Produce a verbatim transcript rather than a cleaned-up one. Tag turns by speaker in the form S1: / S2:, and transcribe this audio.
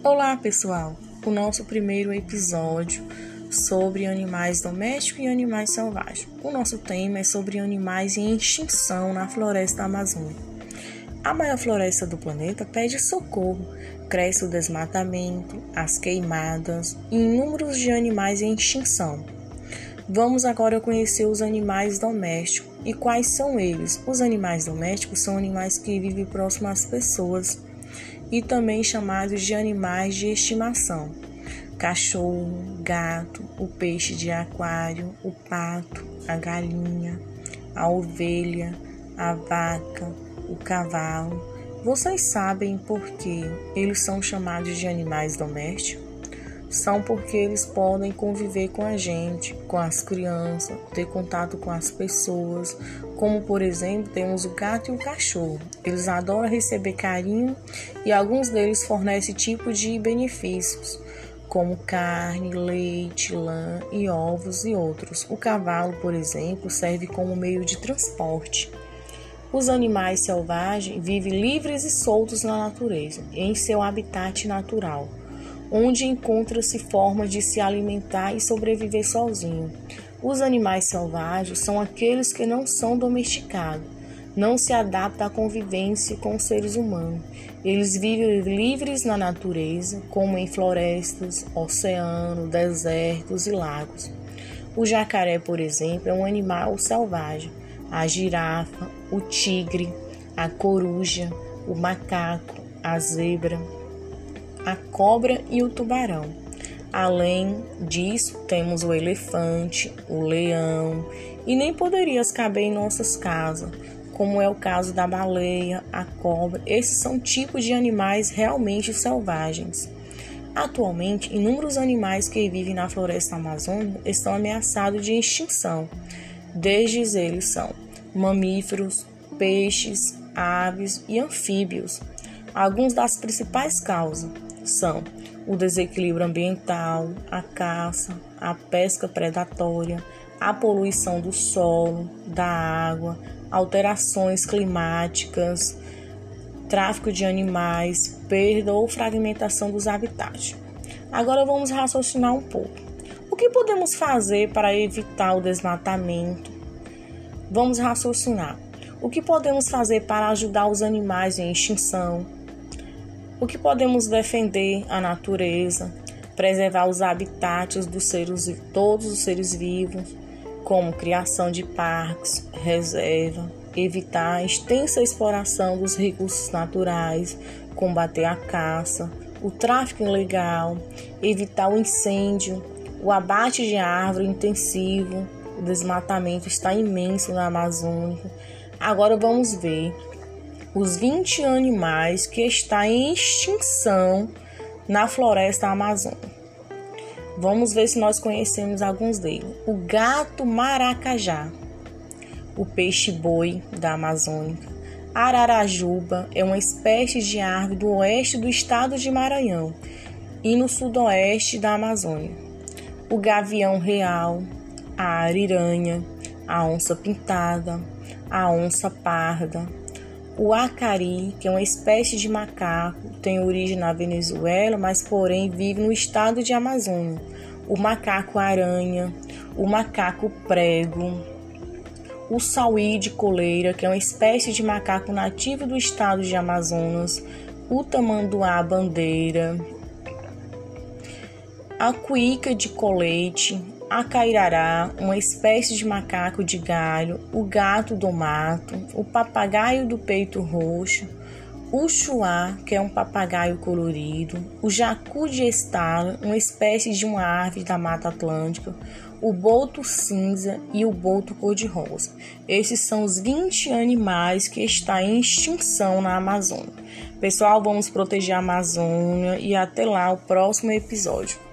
S1: Olá, pessoal! O nosso primeiro episódio sobre animais domésticos e animais selvagens. O nosso tema é sobre animais em extinção na floresta amazônica. A maior floresta do planeta pede socorro, cresce o desmatamento, as queimadas e inúmeros de animais em extinção. Vamos agora conhecer os animais domésticos. E quais são eles? Os animais domésticos são animais que vivem próximo às pessoas e também chamados de animais de estimação. Cachorro, gato, o peixe de aquário, o pato, a galinha, a ovelha, a vaca, o cavalo. Vocês sabem por que eles são chamados de animais domésticos? São porque eles podem conviver com a gente, com as crianças, ter contato com as pessoas, como por exemplo temos o gato e o cachorro. Eles adoram receber carinho e alguns deles fornecem tipos de benefícios, como carne, leite, lã e ovos e outros. O cavalo, por exemplo, serve como meio de transporte. Os animais selvagens vivem livres e soltos na natureza, em seu habitat natural, onde encontra-se formas de se alimentar e sobreviver sozinho. Os animais selvagens são aqueles que não são domesticados, não se adaptam à convivência com os seres humanos. Eles vivem livres na natureza, como em florestas, oceanos, desertos e lagos. O jacaré, por exemplo, é um animal selvagem. A girafa, o tigre, a coruja, o macaco, a zebra, a cobra e o tubarão. Além disso, temos o elefante, o leão, e nem poderias caber em nossas casas, como é o caso da baleia, a cobra. Esses são tipos de animais realmente selvagens. Atualmente, inúmeros animais que vivem na floresta amazônica estão ameaçados de extinção. Desde eles são mamíferos, peixes, aves e anfíbios. Algumas das principais causas são o desequilíbrio ambiental, a caça, a pesca predatória, a poluição do solo, da água, alterações climáticas, tráfico de animais, perda ou fragmentação dos habitats. Agora vamos raciocinar um pouco. O que podemos fazer para evitar o desmatamento? Vamos raciocinar. O que podemos fazer para ajudar os animais em extinção? O que podemos defender a natureza, preservar os habitats dos seres, todos os seres vivos, como criação de parques, reserva, evitar a extensa exploração dos recursos naturais, combater a caça, o tráfico ilegal, evitar o incêndio, o abate de árvore intensivo. O desmatamento está imenso na Amazônia. Agora vamos ver os vinte animais que estão em extinção na floresta amazônica. Vamos ver se nós conhecemos alguns deles. O gato maracajá, o peixe-boi da Amazônia. A ararajuba é uma espécie de árvore do oeste do estado de Maranhão e no sudoeste da Amazônia. O gavião real, a ariranha, a onça-pintada, a onça parda. O acari, que é uma espécie de macaco, tem origem na Venezuela, mas porém vive no estado de Amazônia. O macaco-aranha, o macaco-prego, o sauí de coleira, que é uma espécie de macaco nativo do estado de Amazonas, o tamanduá-bandeira, a cuíca de colete, a cairará, uma espécie de macaco de galho, o gato do mato, o papagaio do peito roxo, o chuá, que é um papagaio colorido, o jacu de estala, uma espécie de uma árvore da Mata Atlântica, o boto cinza e o boto cor-de-rosa. Esses são os vinte animais que estão em extinção na Amazônia. Pessoal, vamos proteger a Amazônia e até lá o próximo episódio.